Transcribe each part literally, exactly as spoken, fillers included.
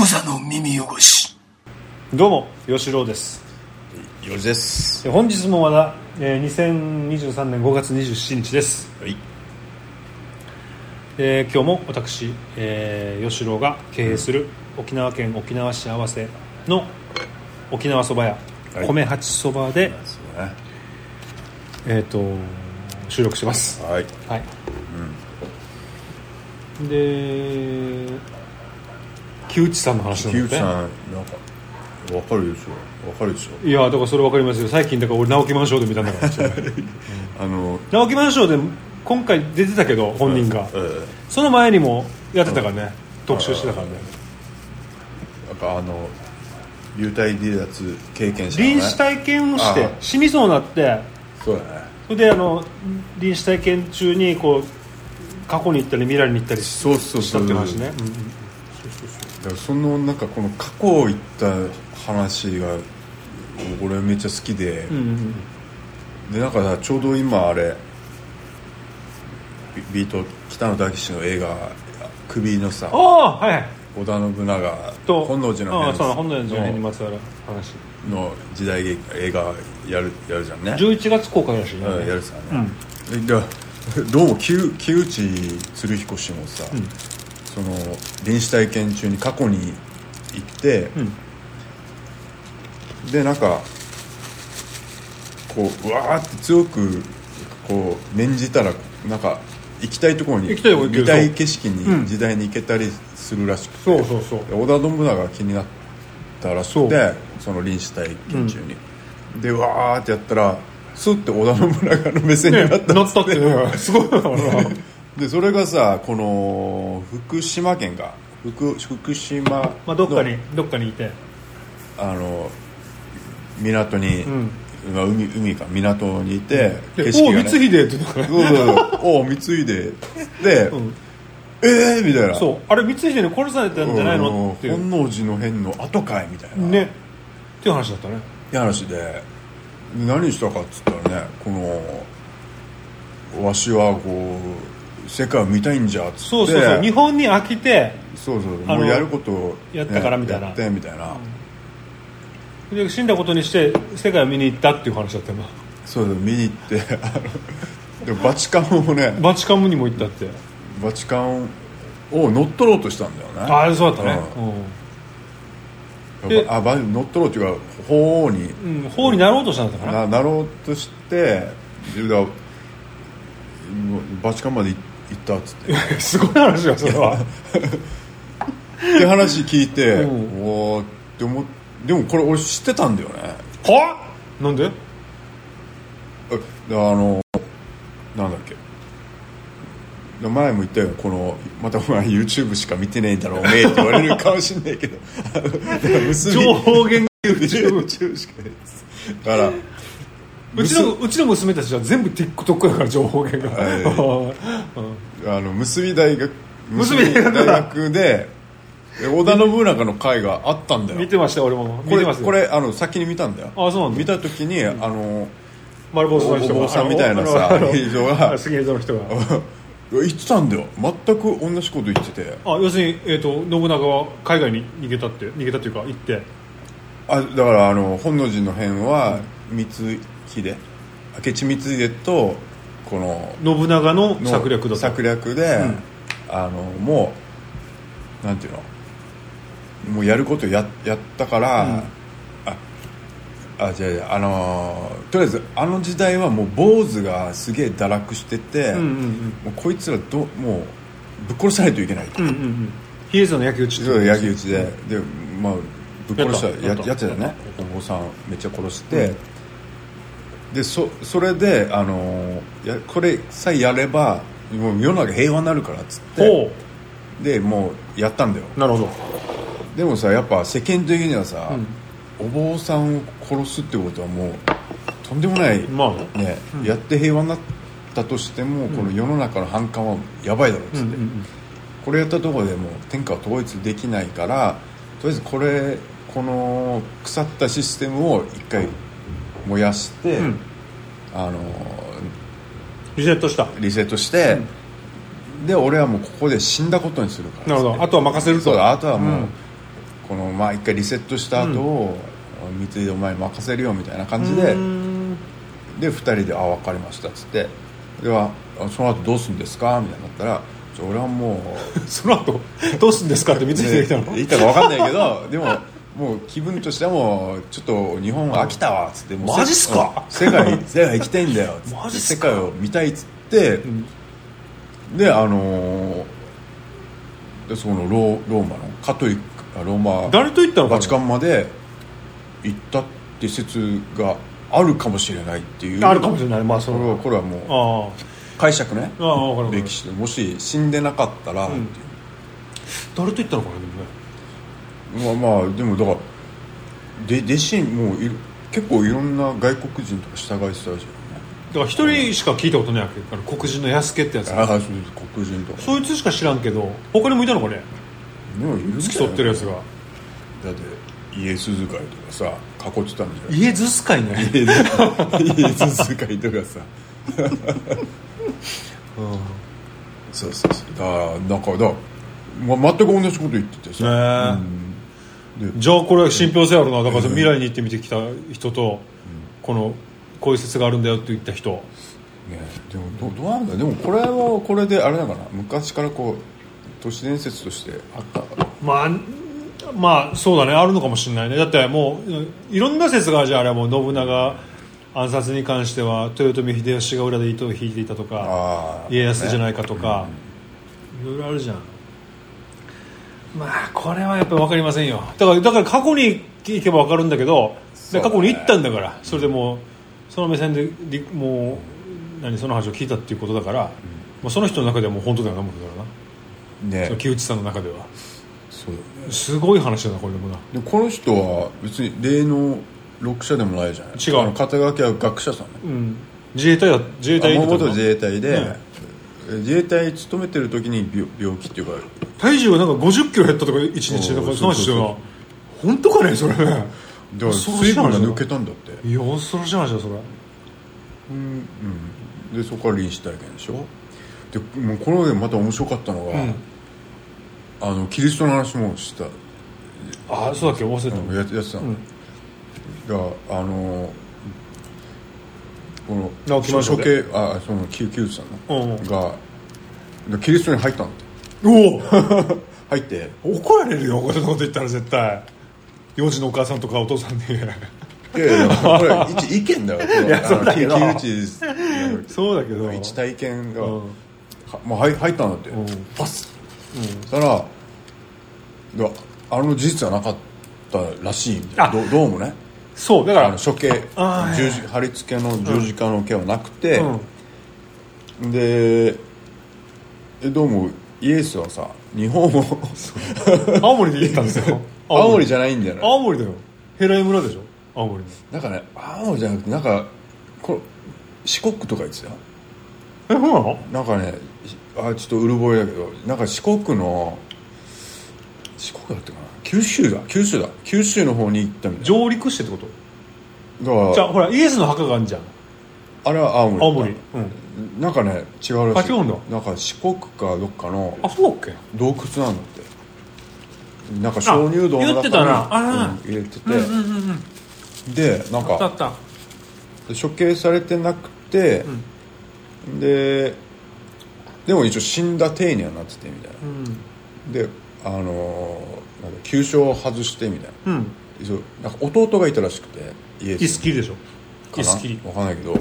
無座の耳汚し。 どうも吉郎です。 よじです。 本日もまだ、えー、にせんにじゅうさんねんごがつにじゅうしちにちです。 はい。 えー、今日も私、えー、吉郎が経営する沖縄県沖縄市合わせの沖縄そば屋、はい、米八そばで、ねえー、と収録します。 はい、 はい。うん、で木内さんの話なんだよね。 木内さんなんか分かるでしょ。分かるでしょ。 いやだからそれ分かりますよ。最近だから俺直木マンショーで見たんだから、うん、 あの直木マンショーで今回出てたけど本人が、うんうん、その前にもやってたからね、うん、特集してたからね。 なんかあの流体離脱経験者、ね、 臨死体験をして死にそうになって、 そうだね。 それであの臨死体験中にこう過去に行ったり未来に行ったりしたっていう話ね。 そのなんかこの過去行った話が俺めっちゃ好きで、うんうんうん、でなんかさちょうど今あれビート北野武の映画首のさ、 はいはい、 織田信長と本能寺の変本能寺の変にまつわる話の時代劇映画やるやるじゃんね。 じゅういちがつ公開らしいね。 やるさね、うん、でどうも木内鶴彦氏もさ、うん、その臨死体験中に過去に行って、うん、でなんかこううわーって強くこう念じたらなんか行きたいところに行きたい見たい景色に時代に行けたりするらしくて、 うん、そうそうそう織田信長が気になったらしくて そ, その臨死体験中に、うん、でうわーってやったらスッて織田信長の目線になったっつって、 ね、なったってねすごいだからなでそれがさこの福島県が 福, 福島の、 まあ、どっかにどっかにいてあの港に、うんまあ、海, 海か港にいて、 うん、景色が、ね、お光秀って言うからお光秀で、うん、えーみたいな。 そうあれ光秀に殺されたんじゃないのっていう本能寺の変の後かいみたいなねっていう話だったね。 って話で何したかっつったらねこのわしはこう世界を見たいんじゃっつってそうそうそう日本に飽きてそうそうもうやることを、 ね、やったからみたいなやってみたいな、 うん、で死んだことにして世界を見に行ったっていう話だったよな。 そうだ見に行ってあのでもバチカンをねバチカンにも行ったってバチカンを乗っ取ろうとしたんだよね。 ああそうだったね、 うん、あ乗っ取ろうっていうか法に、 うん、法になろうとしたんだったか な, な, なろうとしてバチカンまで行ったっつってすごい話よそれはって話聞いて、うん、おでもでもこれ俺知ってたんだよね。 はなんで？ あのなんだっけ前も言ったよこのまたお前 YouTube しか見てねえんだろうおめえって言われるかもしんないけど情報源 YouTube しかないですだからうちのうちの娘たちは全部 TikTok だから情報源が、はい、 あの結び大学結び大学で織田信長の会があったんだよ。 見てました俺も見てますよ。 これこれあの先に見たんだよ。 あそうなんだ。 見た時に、うん、あの丸坊主の人がお坊さんみたいなさ人が杉江戸の人が言ってたんだよ。全く同じこと言っててあ要するに、えー、と信長は海外に逃げたって逃げたというか行ってあだからあの本能寺の変は光秀明智光秀とこの信長の策略だった策略で、うん、あのもうなんていうのもうやること や, やったから、うん、ああじゃああのー、とりあえずあの時代はもう坊主がすげえ堕落してて、うんうんうん、もうこいつらどもうぶっ殺さないといけないと、うんうんうん、 比叡山の焼き討ちそう焼き討ちで、うん、でまあぶっ殺したやややつだよねお坊さんめっちゃ殺して、うん、で そ, それで、あのー、やこれさえやればもう世の中平和になるからっつってでもうやったんだよ。 なるほど。 でもさやっぱ世間的にはさ、うん、お坊さんを殺すってことはもうとんでもない、 まあねうん、やって平和になったとしても、うん、この世の中の反感はやばいだろうっつって、うんうんうん、これやったところでもう天下を統一できないからとりあえずこれこの腐ったシステムを一回燃やして、うん、あのリセットしたリセットして、うん、で俺はもうここで死んだことにするから、 なるほどあとは任せると。 そうだあとはもう、うんこのまあ一回リセットした後を、うん、三井でお前に任せるよみたいな感じででふたりであ分かりましたっつってではその後どうするんですかみたいになったら俺はもうその後どうするんですかって三井で来たの言ったか分かんないけどでももう気分としてはもうちょっと日本飽きたわっつってもうマジっすか世界世界行きたいんだよっつってマジっすか世界を見たいっつって、うん、であのー、でそのロ ー, ローマのカトリックローマ誰と行ったのかバチカンまで行ったって説があるかもしれないっていうあるかもしれない、まあ、そこれはこれはもう解釈ね歴史でもし死んでなかったら、うん、 誰と行ったのかなでもねまあまあでもだからで弟子もうい結構いろんな外国人とか従いてたじゃんねだから一人しか聞いたことないわけから黒人の安家ってやつああそうです黒人とかそいつしか知らんけど他にもいたのかねでもいるんだよね付き添ってるやつがだってイエス使いとかさ囲ってたんじゃんイエズ使いねイエズ使いとかさうん、そうそうそうだからなんかだ、ま、全く同じこと言っててさ、 うん、じゃあこれは信憑性あるなだから未来に行ってみてきた人と、うん、このこういう説があるんだよって言った人、ね、 でも ど, どうなんだでもこれはこれであれだから昔からこう都市伝説としてあったまあまあそうだねあるのかもしれないねだってもういろんな説があるじゃんあれはもう信長暗殺に関しては豊臣秀吉が裏で糸を引いていたとか家康じゃないかとか、ね、いろいろあるじゃんまあこれはやっぱり分かりませんよだからだから過去に行けば分かるんだけどで過去に行ったんだからそれでもうその目線でもう何その話を聞いたっていうことだから、うん、もうその人の中ではもう本当だよなもんだからな、ね、その木内さんの中ではそうだ、ね、すごい話だなこれでもなでこの人は別に霊能六社でもないじゃない違うあの肩書きは学者さんね、 うん、自衛隊だ自衛隊元自衛隊で、うん、自衛隊勤めてる時に 病, 病気っていうか体重がなんかごじゅっキロ減ったとかいちにちなんかそうですよ本当かねそれねだから水分が抜けたんだっていや恐ろしい話だそれうん、うん、でそこから臨死体験でしょでもうこのでまた面白かったのが、うん、あのキリストの話もしたああそうだっけ忘れたや, やってたの、うんがあのこの処刑あその木内さんの、うん、がキリストに入ったんだっておお入って怒られるよこんなこと言ったら絶対幼児のお母さんとかお父さんにいやいやいやこれ一意見だよいやそうだけど木内そうだけど一体験が、うん、もう入ったんだって、うん、パス、うん、そしたらあの事実はなかったらしいみたいな ど, どうもねそうだから処刑十字貼り付けの十字架の刑はなくて、うん、でどうもイエスはさ日本を青森で行ったんですよ青森じゃないんだよね青森だよ平井村でしょ青森なんかね青森じゃなくてなんかこ四国とか言ってたよえそうなのなんかねあちょっとうる覚えだけどなんか四国の四国だってかな九州だ九州だ九州の方に行ったみたいな上陸してってことだからじゃあほらイエスの墓があるじゃんあれは青森青森、うん、 なんかね違うらしいあ違うんだなんか四国かどっかのあそうだっけ洞窟なんだってなんか鍾乳洞の中に言ってたなあ、 うん、入れてて、 うんうんうんうん、 でなんかあったあった処刑されてなくて、うん、ででも一応死んだ体にはなっててみたいな、うん、であのー、なんか急所を外してみたいな、うん、なんか弟がいたらしくてイエスイスキリでしょイスキリ分かんないけど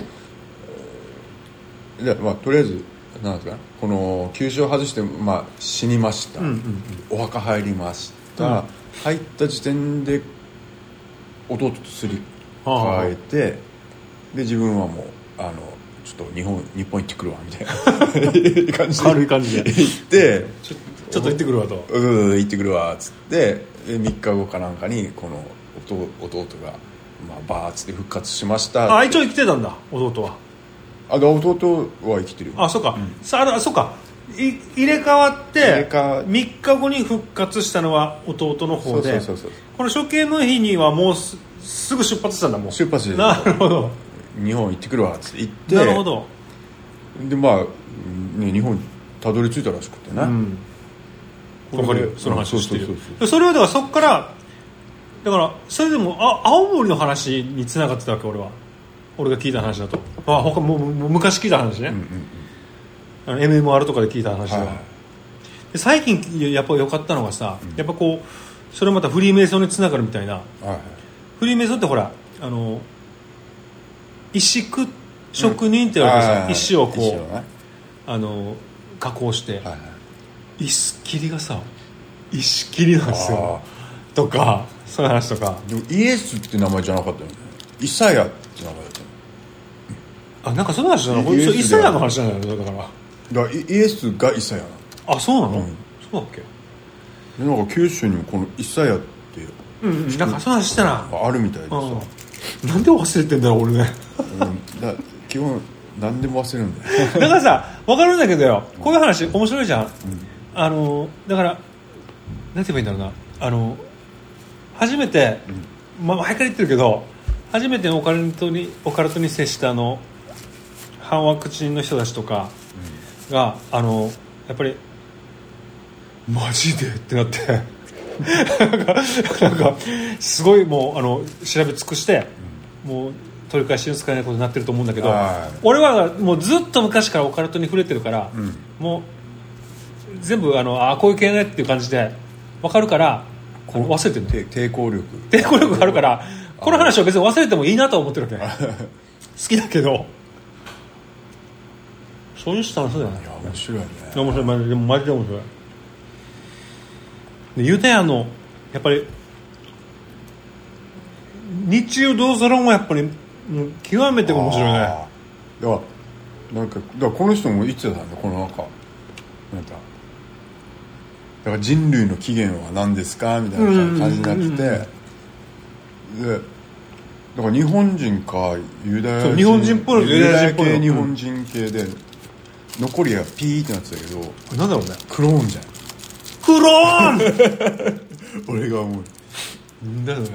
で、まあ、とりあえずなんですかこの急所を外して、まあ、死にました、うんうんうん、お墓入りました、うん、入った時点で弟とすり替えて、はあ、で自分はもうあのちょっと日本日本行ってくるわみたいな感じで軽い感じで行ってちょちょっと行ってくるわとうん行ってくるわっつってみっかごかなんかにこの弟が、まあ、バーッつって復活しましたあ一応生きてたんだ弟はあで弟は生きてるよあそうか、うん、さあそうかい入れ替わってみっかごに復活したのは弟の方でそうそうそうそうこの処刑の日にはもう す, すぐ出発したんだもん出発してなるほど日本行ってくるわっつって行ってなるほどでまあ、ね、日本にたどり着いたらしくてね、うん、 分かるよその話をしてる。 そうそうそうそう。 それはだからそっからだからそれでもあ青森の話に繋がってたわけ。俺は俺が聞いた話だと、あ他もうもう昔聞いた話ね、うんうんうん、あの エムエムアール とかで聞いた話は、はい、で最近やっぱ良かったのがさ、うん、やっぱこうそれまたフリーメイソンに繋がるみたいな、はいはい、フリーメイソンってほらあの石工職人って言われてさ、うん、石をこう、ね、あの加工して、はいはい、石切りがさ石切りなんですよとかそういう話とか。 でもイエスって名前じゃなかったよね。イサヤって名前だったよ。 あなんかその話じゃない。イサヤの話じゃないのだから。 だからイエスがイサヤなの。 あそうなの、うん、そうだっけ。 なんか九州にもこのイサヤってうん、うん、なんかその話したなあるみたいでさ、 うん、なんで忘れてんだろう俺ね、 うん、だ基本何でも忘れるんだよだからさ分かるんだけどよこういう話面白いじゃん、うん、あのだからなんて言えばいいんだろうなあの初めて、うんまあ、前から言ってるけど初めてオカルトにオカルトに接したあの反ワクチンの人たちとかが、うん、あのやっぱりマジでってなってなんかなんかすごいもうあの調べ尽くして、うん、もう取り返しの使えないことになってると思うんだけど俺はもうずっと昔からオカルトに触れてるから、うん、もう全部あのあこういう系ねっていう感じで分かるから忘れてるの抵抗力抵抗力があるからこの話は別に忘れてもいいなと思ってるわけ好きだけどそういうスタンスだよね。 いや面白いね。 面白いマジでマジで面白いでユダヤのやっぱり日曜どうするもやっぱり極めて面白いね。だからなんかだからこの人も言ってたんだこのなんかなんかだから人類の起源は何ですかみたいな感じになってて、うんうんうんうん、でだから日本人かユダヤ人日本人っぽいユダヤ系日本人系で、うん、残りはピーってなってたけどなんだろうねクローンじゃんクローン俺が思うなんだろうね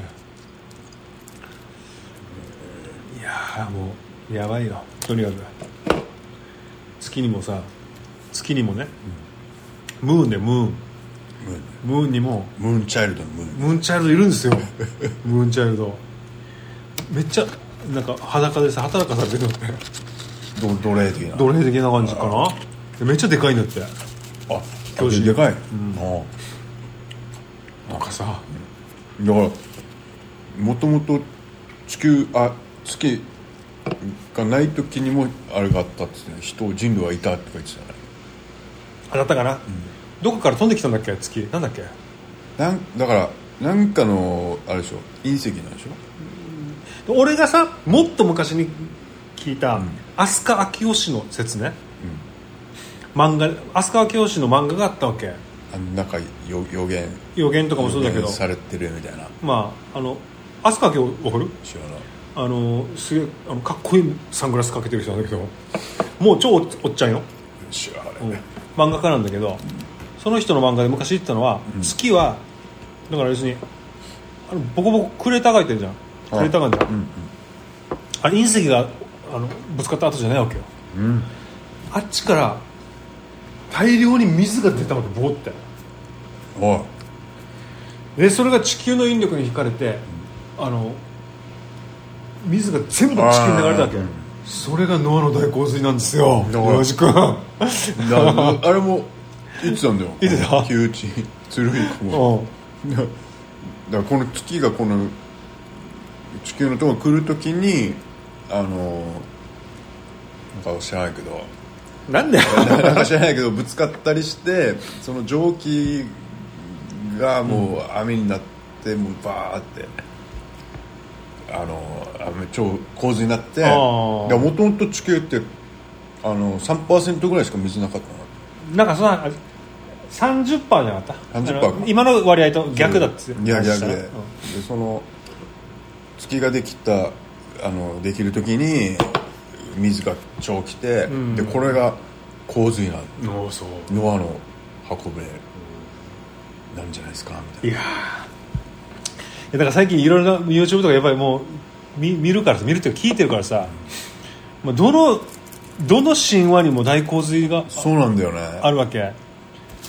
いやもうやばいよとにかく月にもさ月にもね、うん、ムーンでムーンムーンにもムーンチャイルドのムーンムーンチャイルドいるんですよムーンチャイルドめっちゃなんか裸でさ働かされてるのって奴隷的な奴隷的な感じかな。めっちゃでかいんだって。あ教師でかい、うん、 あなんかさだからもともと地球あ月がない時にもあれがあったって言って人人類はいたって言ってたね。 あだったかな、うん、どこから飛んできたんだっけ月なんだっけなんだからなんかのあれでしょ隕石なんでしょ。俺がさもっと昔に聞いた、うん、飛鳥明義の説ね、うん、漫画飛鳥明義の漫画があったわけ。 あのなんか予言予言とかもそうだけどされてるみたいな。 まああの飛鳥明義わかる？ 知らない。 あのすげえあのかっこいいサングラスかけてる人なんだけどもう超おっちゃんよ。 知らない、 うん、漫画家なんだけど、うん、その人の漫画で昔言ってたのは、うん、月はだから要するにあのボコボコクレーターが入ってるじゃん。クレーターがあるじゃん、うんうん、あれ隕石があのぶつかった後じゃないわけよ、うん、あっちから大量に水が出たわけボーって。 おいでそれが地球の引力に引かれて、うん、あの水が全部地球に流れたわけ。それがノアの大洪水なんですよ。よし君あれも言ってたんだよ。 言ってた木内鶴彦もだからこの月がこの地球のところに来るときにあのなんか知らないけどなんでなんか知らないけどぶつかったりしてその蒸気がもう雨になってもうバーってあの超洪水になってもともと地球ってあの さんパーセント ぐらいしか水なかったの。 なんかそんな さんじゅっパーセント じゃなかった。 さんじゅっパーセント か今の割合と逆だっつって。 いや逆で、うん、でその月ができたあのできる時に水が超来て、うん、でこれが洪水なの。ノアの箱舟なんじゃないですかみたいな。いやだから最近いろいろな YouTube とかやっぱりもう 見, 見るから見るっていうか聞いてるからさ、まあ、どのどの神話にも大洪水がそうなんだよねあるわけ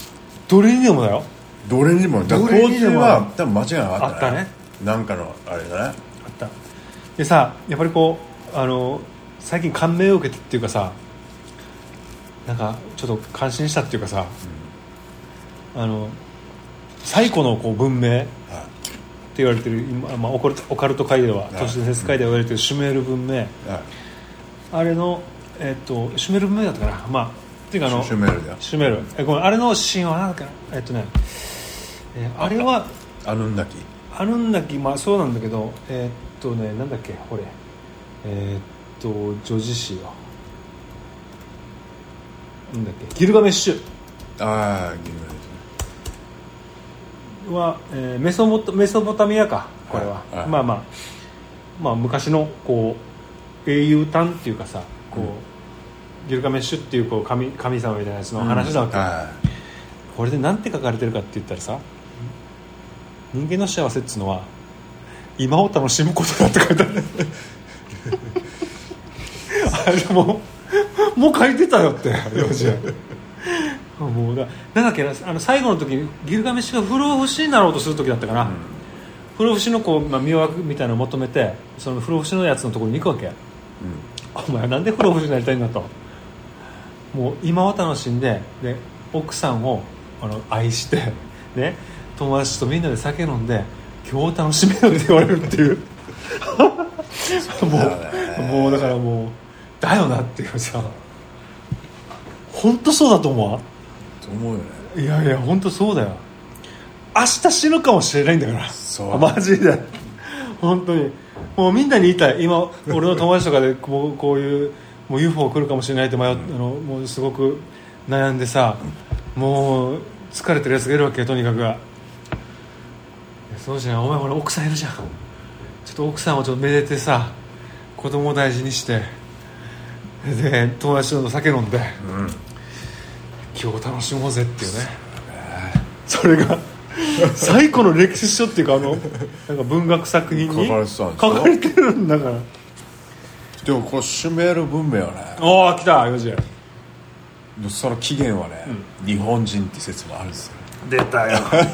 どれにでもだよ。 どれにでもだから洪水は多分間違いなかったね。 あったね。 なんかのあれだね。あった。でさ、やっぱりこうあの最近感銘を受けてっていうかさ、なんかちょっと感心したっていうかさ、うん、あの最古のこう文明、はい、って言われてる今、まあ、オカルト、オカルト界では、都市伝説界では言われてるシュメール文明、はい、あれの、えー、とシュメール文明だったかな、まあっていうかあのシュメールだよ。 シュメール、えごめん、あれの神話なんだっけな、えっとね、えー、あれはアヌンナキアヌンナキ、まあそうなんだけど、えー、っとねなんだっけこれ、えー、っと女子誌よ、なんだっけ、ギルガメッシュ。 ああ、ギルガメッシュは、えー、メソボタメソポタミアかこれは、はいはい、まあまあまあ昔のこう英雄譚っていうかさ、こう、うん、ギルガメッシュっていう、こう 神, 神様みたいなやつの話なわけ、うん、はい、これで何て書かれてるかって言ったらさ、人間の幸せっつうのは今を楽しむことだって書いてあるあれもうもう書いてたよってもうだなんだっけな、あの最後の時にギルガメッシュが不老不死になろうとする時だったかな、うん、不老不死のこう、まあ、魅惑みたいなのを求めてその不老不死のやつのところに行くわけ、うん、お前なんで不老不死になりたいんだと、もう今を楽しんで、で奥さんをあの愛してね、友達とみんなで酒飲んで今日楽しめよって言われるっていうもう、もうだからもうだよなっていうさ、本当そうだと思うわと思うよね。 いやいや本当そうだよ。明日死ぬかもしれないんだから、そうマジで本当にもうみんなに言いたい。今俺の友達とかでこう、こういうもう ユーフォー 来るかもしれないって迷っ、うん、あのもうすごく悩んでさ、もう疲れてるやつがいるわけよ、とにかく。そうじゃん、お前ほら奥さんいるじゃん、ちょっと奥さんをちょっとめでてさ、子供を大事にしてで友達と酒飲んで、うん、今日楽しもうぜっていうね、それが最古の歴史書っていうか、あのなんか文学作品に書かれてるんだから。 でもこのシュメール文明はね、 おー来たよじその起源はね、うん、日本人って説もあるんですよ。 出たよ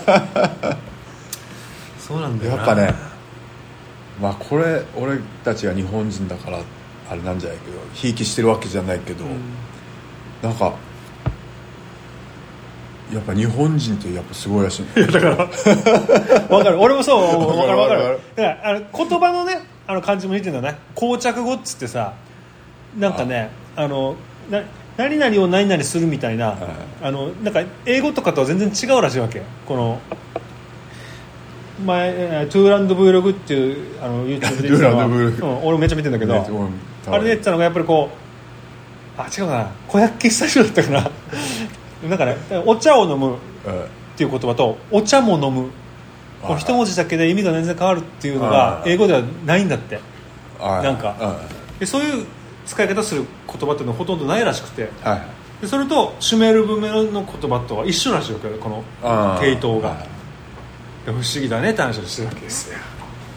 そうなんだよな。 やっぱね、まあこれ俺たちが日本人だからあれなんじゃないけど、ひいきしてるわけじゃないけど、うん、なんかやっぱ日本人ってやっぱすごいらしい、ね、 いやだから分かる、俺もそう分かる分かる。だからあの言葉のね、あの漢字も似てるんだね。膠着語っつってさ、なんかね、ああのな何々を何々するみたいな、あのなんか英語とかとは全然違うらしいわけ。この前トゥーランド Vlog っていうあの YouTube で言ってたのは、うん、俺めっちゃ見てるんだけど、あれで言ってたのがやっぱりこう、あ違うかな、小焼きスタジオだったかななんかね、お茶を飲むっていう言葉とお茶も飲む、こう一文字だけで意味が全然変わるっていうのが英語ではないんだって。なんかでそういう使い方する言葉っていうのはほとんどないらしくて、はい、でそれとシュメール文明の言葉とは一緒らしいわけよ、この系統が。不思議だねって話をしてるわけですよ。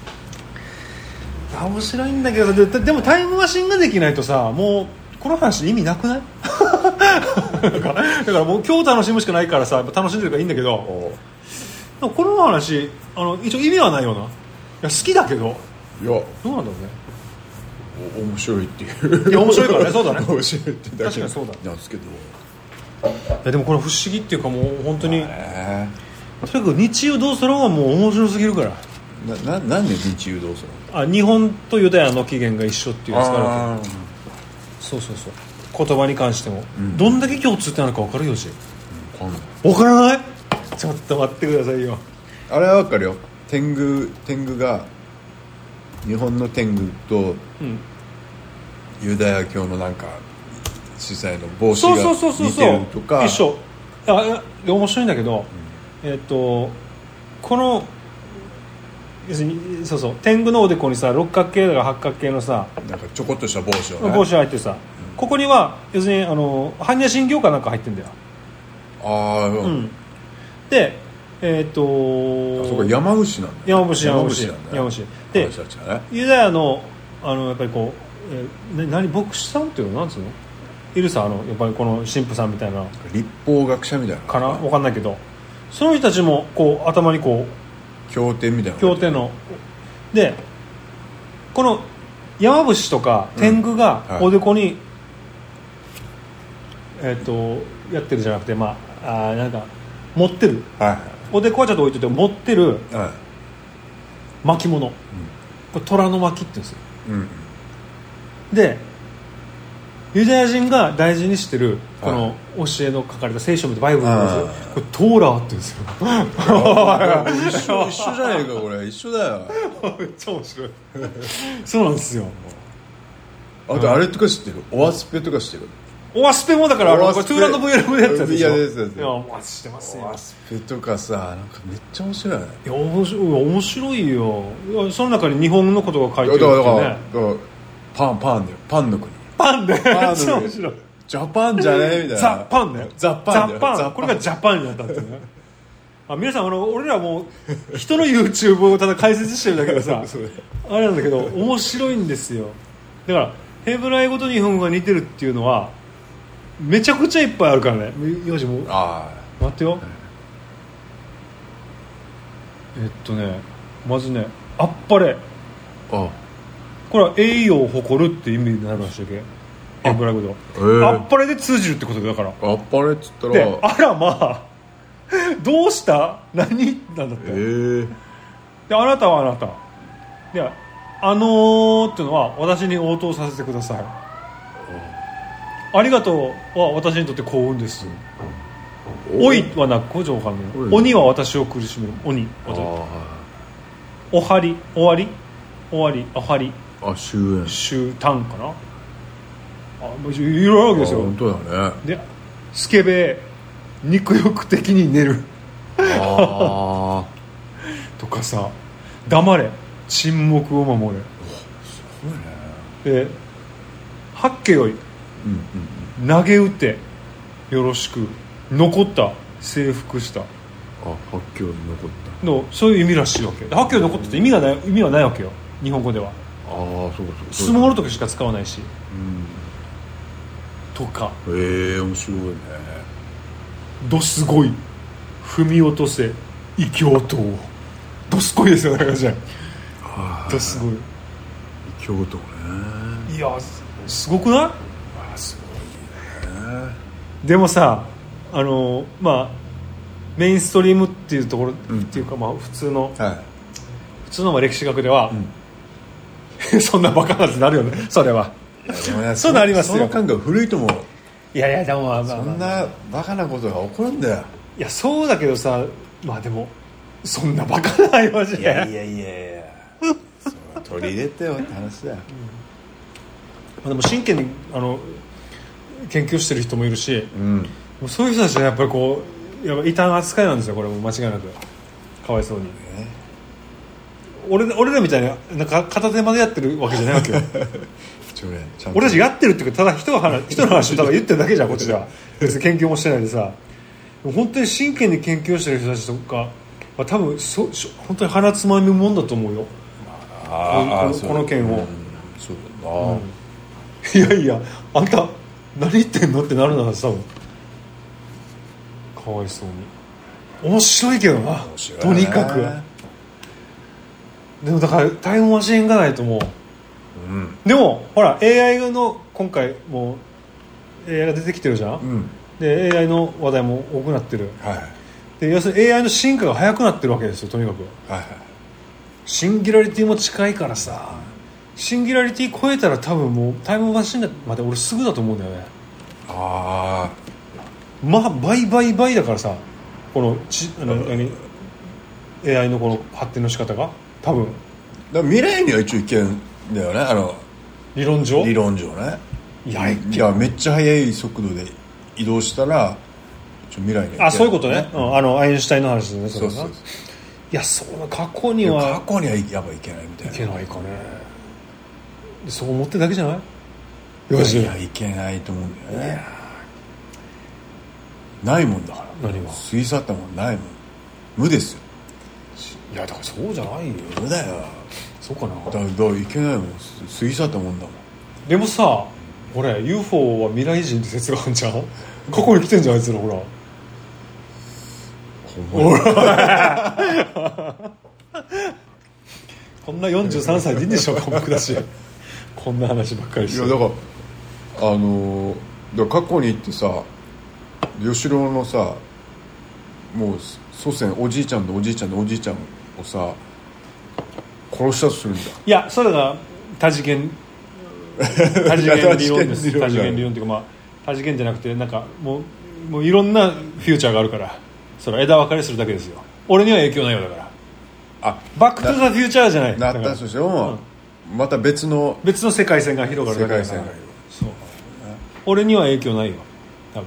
面白いんだけど、 で, でもタイムマシンができないとさ、もうこの話意味なくないだからだからもう今日楽しむしかないからさ、楽しんでるからいいんだけど、この話あの一応意味はないような。いや好きだけど、 いやどうなんだろうね、 面白いっていう。 いや面白いからね、そうだね面白いってだけ確かにそうだなんですけど、 いやでもこれ不思議っていうか、もう本当にとにかく日ユ同窓論はもう面白すぎるから。 な、な、なんで日ユ同窓論、 あ、日本とユダヤの起源が一緒っていうやつがあるわけ。そうそうそう、言葉に関しても、うん、どんだけ共通ってなるか分かるよし、うん、分からない。ちょっと待ってくださいよ。 あれは分かるよ。天狗、天狗が日本の天狗と、うん、ユダヤ教のなんか主催の帽子が似てるとか一緒。あ、面白いんだけど、うん、えっとこの要するにそうそう、天狗のおでこにさ、六角形とか八角形のさ、 なんかちょこっとした帽子を、ね、 帽子入ってさ、うん、ここには要するにあの般若心経かなんか入ってんだよ。 ああ、うん、 でえっ、ー、とあそこ山伏なんだ。 山伏山伏なんだ。山伏で、ね、ユダヤのあのやっぱりこう、えー、何牧師さんっていうのなんつうの、 いるさ、あのやっぱりこの神父さんみたいな立法学者みたいなかな、分かんないけど、その人たちもこう頭にこう経典みたいな経典ので、この山伏とか天狗がおでこに、うん、はい、えっ、ー、とやってるじゃなくて、まあ、あなんか持ってる、はいはい、おでこはちょっと置いといて持ってる巻物、はい、これ虎の巻って言うんですよ、うん、でユダヤ人が大事にしてるこの教えの書かれた聖書みたいなバイブルなんですよ。これトーラーって言うんですよ。 一緒、一緒じゃないかこれ、一緒だよ。 めっちゃ面白い。そうなんですよ。 あとあれとか知ってる？オワスペとか知ってる？ オワスペもだからあのこれトゥーランド ブイエル のやつでしょ。 いやですです。 いやお待ちしてますよ。 オワスペとかさ、なんかめっちゃ面白い。いや面白い面白いよ。いやその中に日本のことが書いてるってね。だからだからパンパンでパンの国。 パンでめっちゃ面白い。 ジャパンじゃねえみたいな。 ザ・パンね。 ザ・パン。 ザ・パン。これがジャパンになったんですよね。あ、皆さんあの俺らもう人の YouTube をただ解説してるだけでさあれなんだけど面白いんですよ。だからヘブライ語と日本語が似てるっていうのはめちゃくちゃいっぱいあるからね。よしもうあ待ってよ、はい、えっとねまずねあっぱれ、あこれは栄誉を誇るって意味になるらしいけヘブライ語では、えー、あっぱれで通じるってことだから。 あっぱれっつったらであらまあどうした何なんだって、えー、であなたはあなたであのーっていうのは私に応答させてください。ありがとうは私にとって幸運です。おいはなく古城神の鬼は私を苦しめる鬼。おはり終わり終わりおはりあ終焉終端かなあいろいろあるわけですよ。 本当だね。 でスケベ肉欲的に寝るあとかさ黙れ沈黙を守れすごいね。 ではっけよい、うんうん、投げ打てよろしく残った征服した。 あはっけよい残ったのそういう意味らしいわけ。はっけよい残ったって意味がない意味はないわけよ日本語では。 ああそうかそうか相撲の時しか使わないし、うん、とかへえ面白いね。 どすごい踏み落とせ異教徒をどすこいですよね。じゃあどすごい異教徒ね。 いやすごくない？ あすごいね。 でもさあのまあメインストリームっていうところ、うん、っていうかまあ普通の、はい、普通のまあ歴史学では、うん、そんなバカなってなるよねそれは。 でもねそうなりますよ。 その感覚古いと思う。 いやいやでもまあまあ、まあ、 そんなバカなことが起こるんだよ。 いやそうだけどさまあでもそんなバカな言わじゃいやいやいやいやそう取り入れてよって話だよ、 うん、でも真剣にあの研究してる人もいるし、うん、もうそういう人たちはやっぱりこうやっぱ異端扱いなんですよこれも間違いなくかわいそうに、えー、俺, 俺らみたいになんか片手までやってるわけじゃないわけよ俺たちやってるっていうかただ人の話人の話をただ言ってるだけじゃんこっちでは別に研究もしてないでさ本当に真剣に研究してる人たちとかは多分そ本当に鼻つまみもんだと思うよ。あこ, この件を、うん、そうだな、うん、いやいやあんた何言ってんのってなるなら多分かわいそうに面白いけどなとにかく。でもだからタイムマシンがないと思う、うん、でもほら エーアイ の今回もう エーアイ が出てきてるじゃん、うん、で エーアイ の話題も多くなってる、はい、で要するに エーアイ の進化が早くなってるわけですよとにかく、はいはい、シンギュラリティも近いからさシンギュラリティ超えたら多分もうタイムマシンまで俺すぐだと思うんだよね。ああまあ倍倍倍だからさこのちあの何 エーアイ のこの発展の仕方が多分だ未来には一応いけんだよねあの理論上理論上ね。 いや、 いやめっちゃ速い速度で移動したら未来に、ね、 あそういうことね、うん、あのアインシュタインの話ですね。それそうそうそういやその過去には過去にはやばいいけないみたいな。 いけないかねそう思ってるだけじゃない。 よしいやいけないと思うんだよね。いやないもんだから。 何が過ぎ去ったもんないもん無ですよ。 いやだからそうじゃないよ。 無だよ。 そうかな。 だからいけないもん過ぎ去ったもんだもん。 でもさほれ ユーフォー は未来人って説があるんじゃん。過去に来てんじゃんあいつら。ほらほらこんなよんじゅうさんさいでいいんでしょうか僕だしこんな話ばっかりして。 いやだからあのだから過去に行ってさ吉郎のさもう祖先おじいちゃんのおじいちゃんのおじいちゃんをさ殺したとするんだ。 いやそれが多次元多次元理論です多次元理論っていうか、まあ、多次元じゃなくてなんかもう、もういろんなフューチャーがあるからそれ枝分かれするだけですよ。俺には影響ないよだから。あバックトゥザフューチャーじゃないなったとしても、うん、また別の別の世界線が広がるだけだから。そう、俺には影響ないよ多分。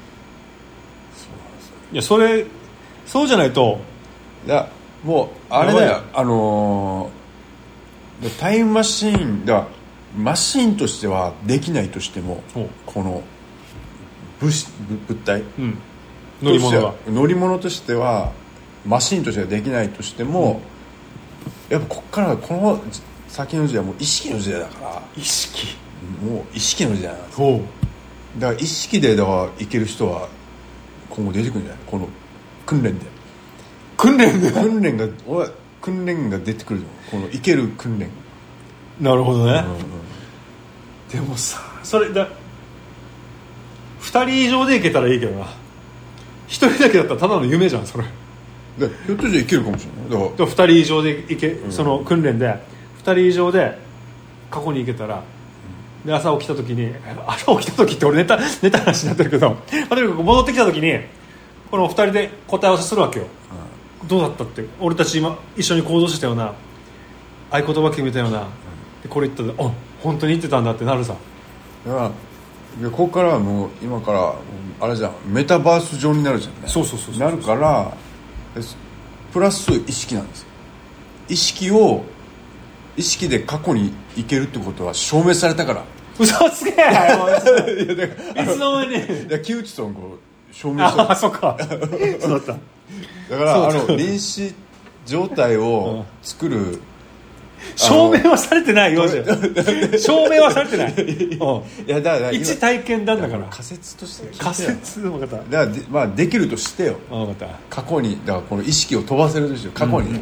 いやそれそうじゃないといやもうあれだよあのー、タイムマシーンだマシーンとしてはできないとしてもこの 物, 物体、うん、乗り物が乗り物としてはマシーンとしてはできないとしても、うん、やっぱこっからこの先の時代はもう意識の時代だから意識もう意識の時代なんですよ。だから意識でだからいける人は今後出てくるんじゃないこの訓練で訓練で訓練が俺訓練が出てくるこのいける訓練。 なるほどね、うんうん、でもさそれだふたり以上でいけたらいいけどなひとりだけだったらただの夢じゃんそれ。 でひょっとしていけるかもしれない。だからふたり以上でいけ、うん、その訓練でふたり以上で過去に行けたら、うん、で朝起きた時に朝起きた時って俺寝た寝た話になってるけど例えば戻ってきた時にこのふたりで答え合わせするわけよ、うん、どうだったって俺たち今一緒に行動してたような合言葉決めたような、うん、でこれ言ったらあ本当に言ってたんだってなるさ。 だからでここからはもう今からあれじゃんメタバース上になるじゃんね。 そうそうそうそうなるからプラス意識なんですよ。意識を意識で過去に行けるってことは証明されたから。 嘘つけいつの間にいや木内さんが証明された。 あそっかそうだっただからあの臨死状態を作る、うん証明はされてないよ証明はされてないいやだから一体験なんだから仮説として仮説分かった。 だからで、まあ、できるとしてよ分かった。 過去にだからこの意識を飛ばせるとしてよ過去に、うんうんうん、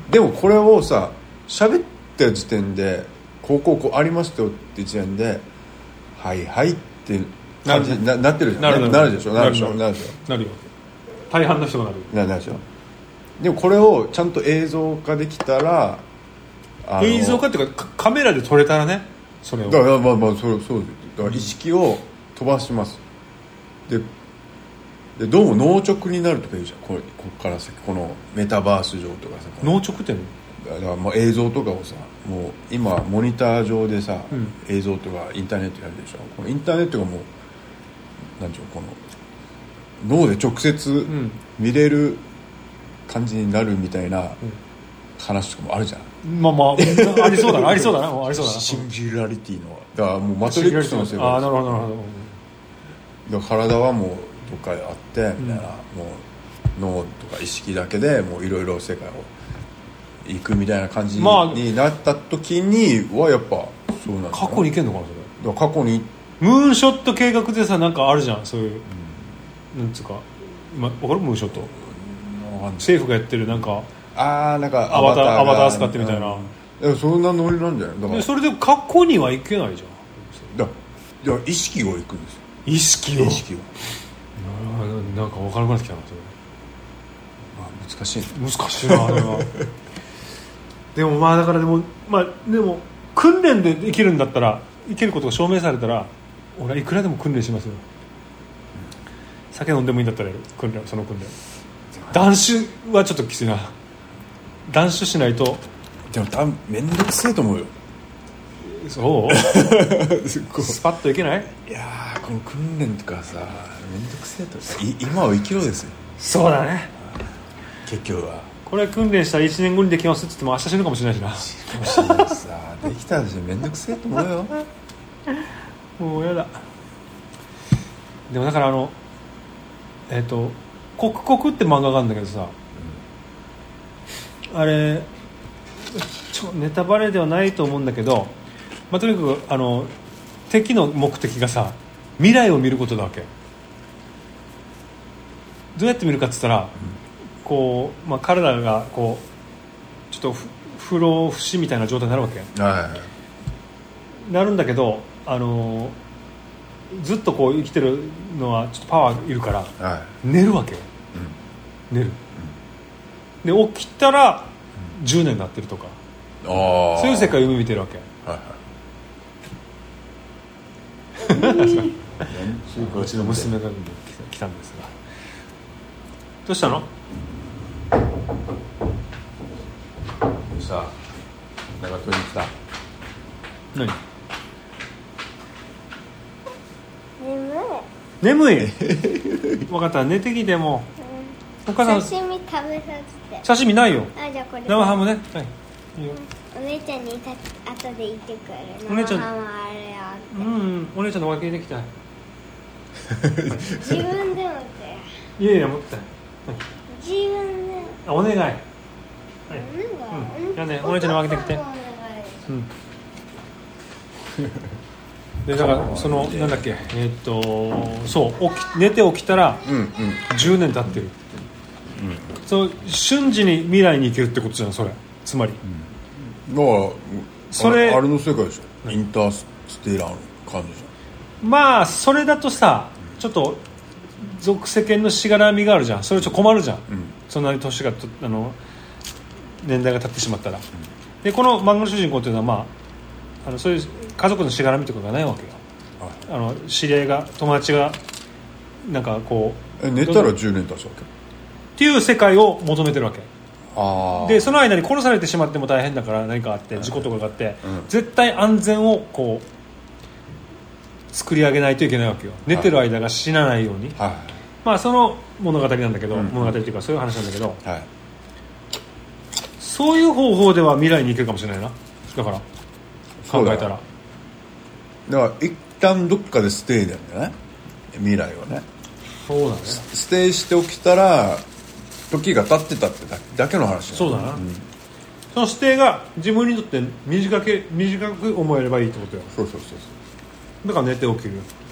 でもこれをさ喋った時点でこうこうこうありましたよって時点ではいはいって感じに な, なってるじゃん。な る, なるでしょなるでしょなるでしょなるよ大半の人がなるなるでしょ。でもこれをちゃんと映像化できたら映像化っていうかカメラで撮れたらねそれをだからまあまあそうそうだから意識を飛ばします、うん、で, でどうも脳直になるとか言うじゃん こ, れここから先このメタバース上とかさ脳直ってだからもう映像とかをさもう今モニター上でさ、うん、映像とかインターネットやるでしょ。このインターネットがもうなんていうのこの脳で直接見れる感じになるみたいな話とかもあるじゃん。 まあまあありそうだなありそうだなありそうだなシンギュラリティのだからもうマトリックスの世界。 ああなるほどなるほど。だから体はもうどっかであってみたいな、うん、もう脳とか意識だけでもういろいろ世界を行くみたいな感じになった時にはやっぱそうなんだ。 過去に行けんのかなそれ。 だから過去にムーンショット計画でさなんかあるじゃんそういう、うん、なんつうか、ま、分かるムーンショット、うん、政府がやってるなんかあなんかアバターアバター使ってみたいな、 うん、そんなノリなんじゃない。だからそれで過去には行けないじゃん。 だだ意識を行くんですよ。 意識を意識をなんか分からなくなってきたなそれ、 まあ、難しい難しいなあれはでもまあだからでもまあでも訓練で生きるんだったら生きることが証明されたら俺はいくらでも訓練しますよ、うん、酒飲んでもいいんだったらやる訓練その訓練。断酒はちょっときついな。断酒しないと。 でも多分めんどくせえと思うよ。 そうスパッといけない。 いやーこの訓練とかさめんどくせえとい今を生きろですよ。 そうだね結局はこれ訓練したらいちねんごにできますって言っても明日死ぬかもしれないしな。 かもしれないしさできたらめんどくせえと思うよもうやだ。でもだからあのえっ、ー、と刻々って漫画があるんだけどさ、うん、あれちょネタバレではないと思うんだけど、まあ、とにかくあの敵の目的がさ未来を見ることだわけ。どうやって見るかって言ったら、うん、こう、まあ、彼らがこうちょっと不老不死みたいな状態になるわけ、はいはい、なるんだけど、あのー、ずっとこう生きてるのはちょっとパワーいるから、はい、寝るわけよ、うん、寝る、うん、で起きたらじゅうねんになってるとか、うん、そういう世界を夢見てるわけ、はいはい、うちの娘が来たんですが、どうしたの？ さあ、長取りに来た。 何？ 眠い。 眠い。分かった、寝てきても。 うん、お母さん刺身食べさせて。 刺身ないよ。 あ、じゃあこれ。 生ハムね。はい。いいよ。 お姉ちゃんにた後で言ってくる。 お姉ちゃん。 生ハムあれやって。 うん、お姉ちゃんの分けできた。 自分で持って。 いやいや持って。はい、 自分で。 あ、お願い。はい。 お願い。 うん。じゃあね、お姉ちゃんに分けてきて。うん。でだからそのなんだっけ、えー、っとそう起き寝て起きたらじゅうねん経ってる、うんうん、そう瞬時に未来に行けるってことじゃんそれ、つまり、 うん、だからそれ あ, あれの世界でしょ、インターステラーの感じじゃん。まあそれだとさちょっと俗世間のしがらみがあるじゃん。それちょっと困るじゃん、うん、そんなに年がとあの年代が経ってしまったら、うん、でこの漫画の主人公っていうのはまああのそういう家族のしがらみとかがないわけよ、はい、あの知り合いが友達がなんかこうえ寝たらじゅうねん経つわけっていう世界を求めてるわけ。 あでその間に殺されてしまっても大変だから何かあって事故とかがあって、うん、絶対安全をこう作り上げないといけないわけよ、寝てる間が死なないように、はい、まあその物語なんだけど、うん、物語っていうかそういう話なんだけど、はい、そういう方法では未来に行けるかもしれないな。だから考えたらだから一旦どっかでステイなんだよね、未来はね。 そうだね、 ステイして起きたら時が経ってたってだけの話だ。 そうだな、うん、そのステイが自分にとって短く短く思えればいいってことよ。 そうそうそうそうだから寝て起きる、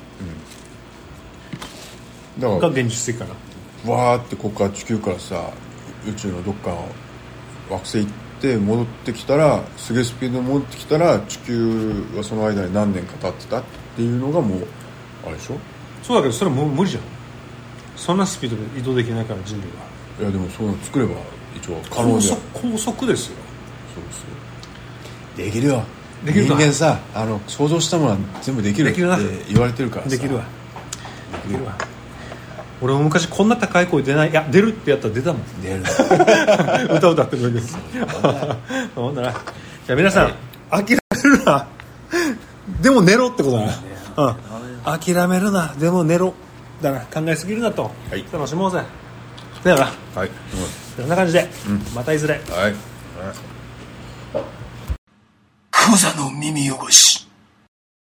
うん、だからが現実的かな。 わーってここから地球からさ宇宙のどっかの惑星行って戻ってきたらすげえスピードで戻ってきたら地球はその間に何年か経ってたっていうのがもうあれでしょ。 そうだけどそれはもう無理じゃん。そんなスピードで移動できないから人類は。 いやでもそういうの作れば一応可能で。 高速、高速ですよ。 そうですよ。できるよ。できるか。人間さあの想像したものは全部できるって言われてるからさ。 できるわ。できるわ。俺も昔こんな高い声出ない、いや出るってやったら出たもん。 出る歌歌ってるんですほんならじゃあ皆さん、はい、諦めるなでも寝ろってことだな、うん、諦めるなでも寝ろだな、考えすぎるなと、はい、楽しもうぜだから、はい、そんな感じで、うん、またいずれ、はい、 クザの耳汚し。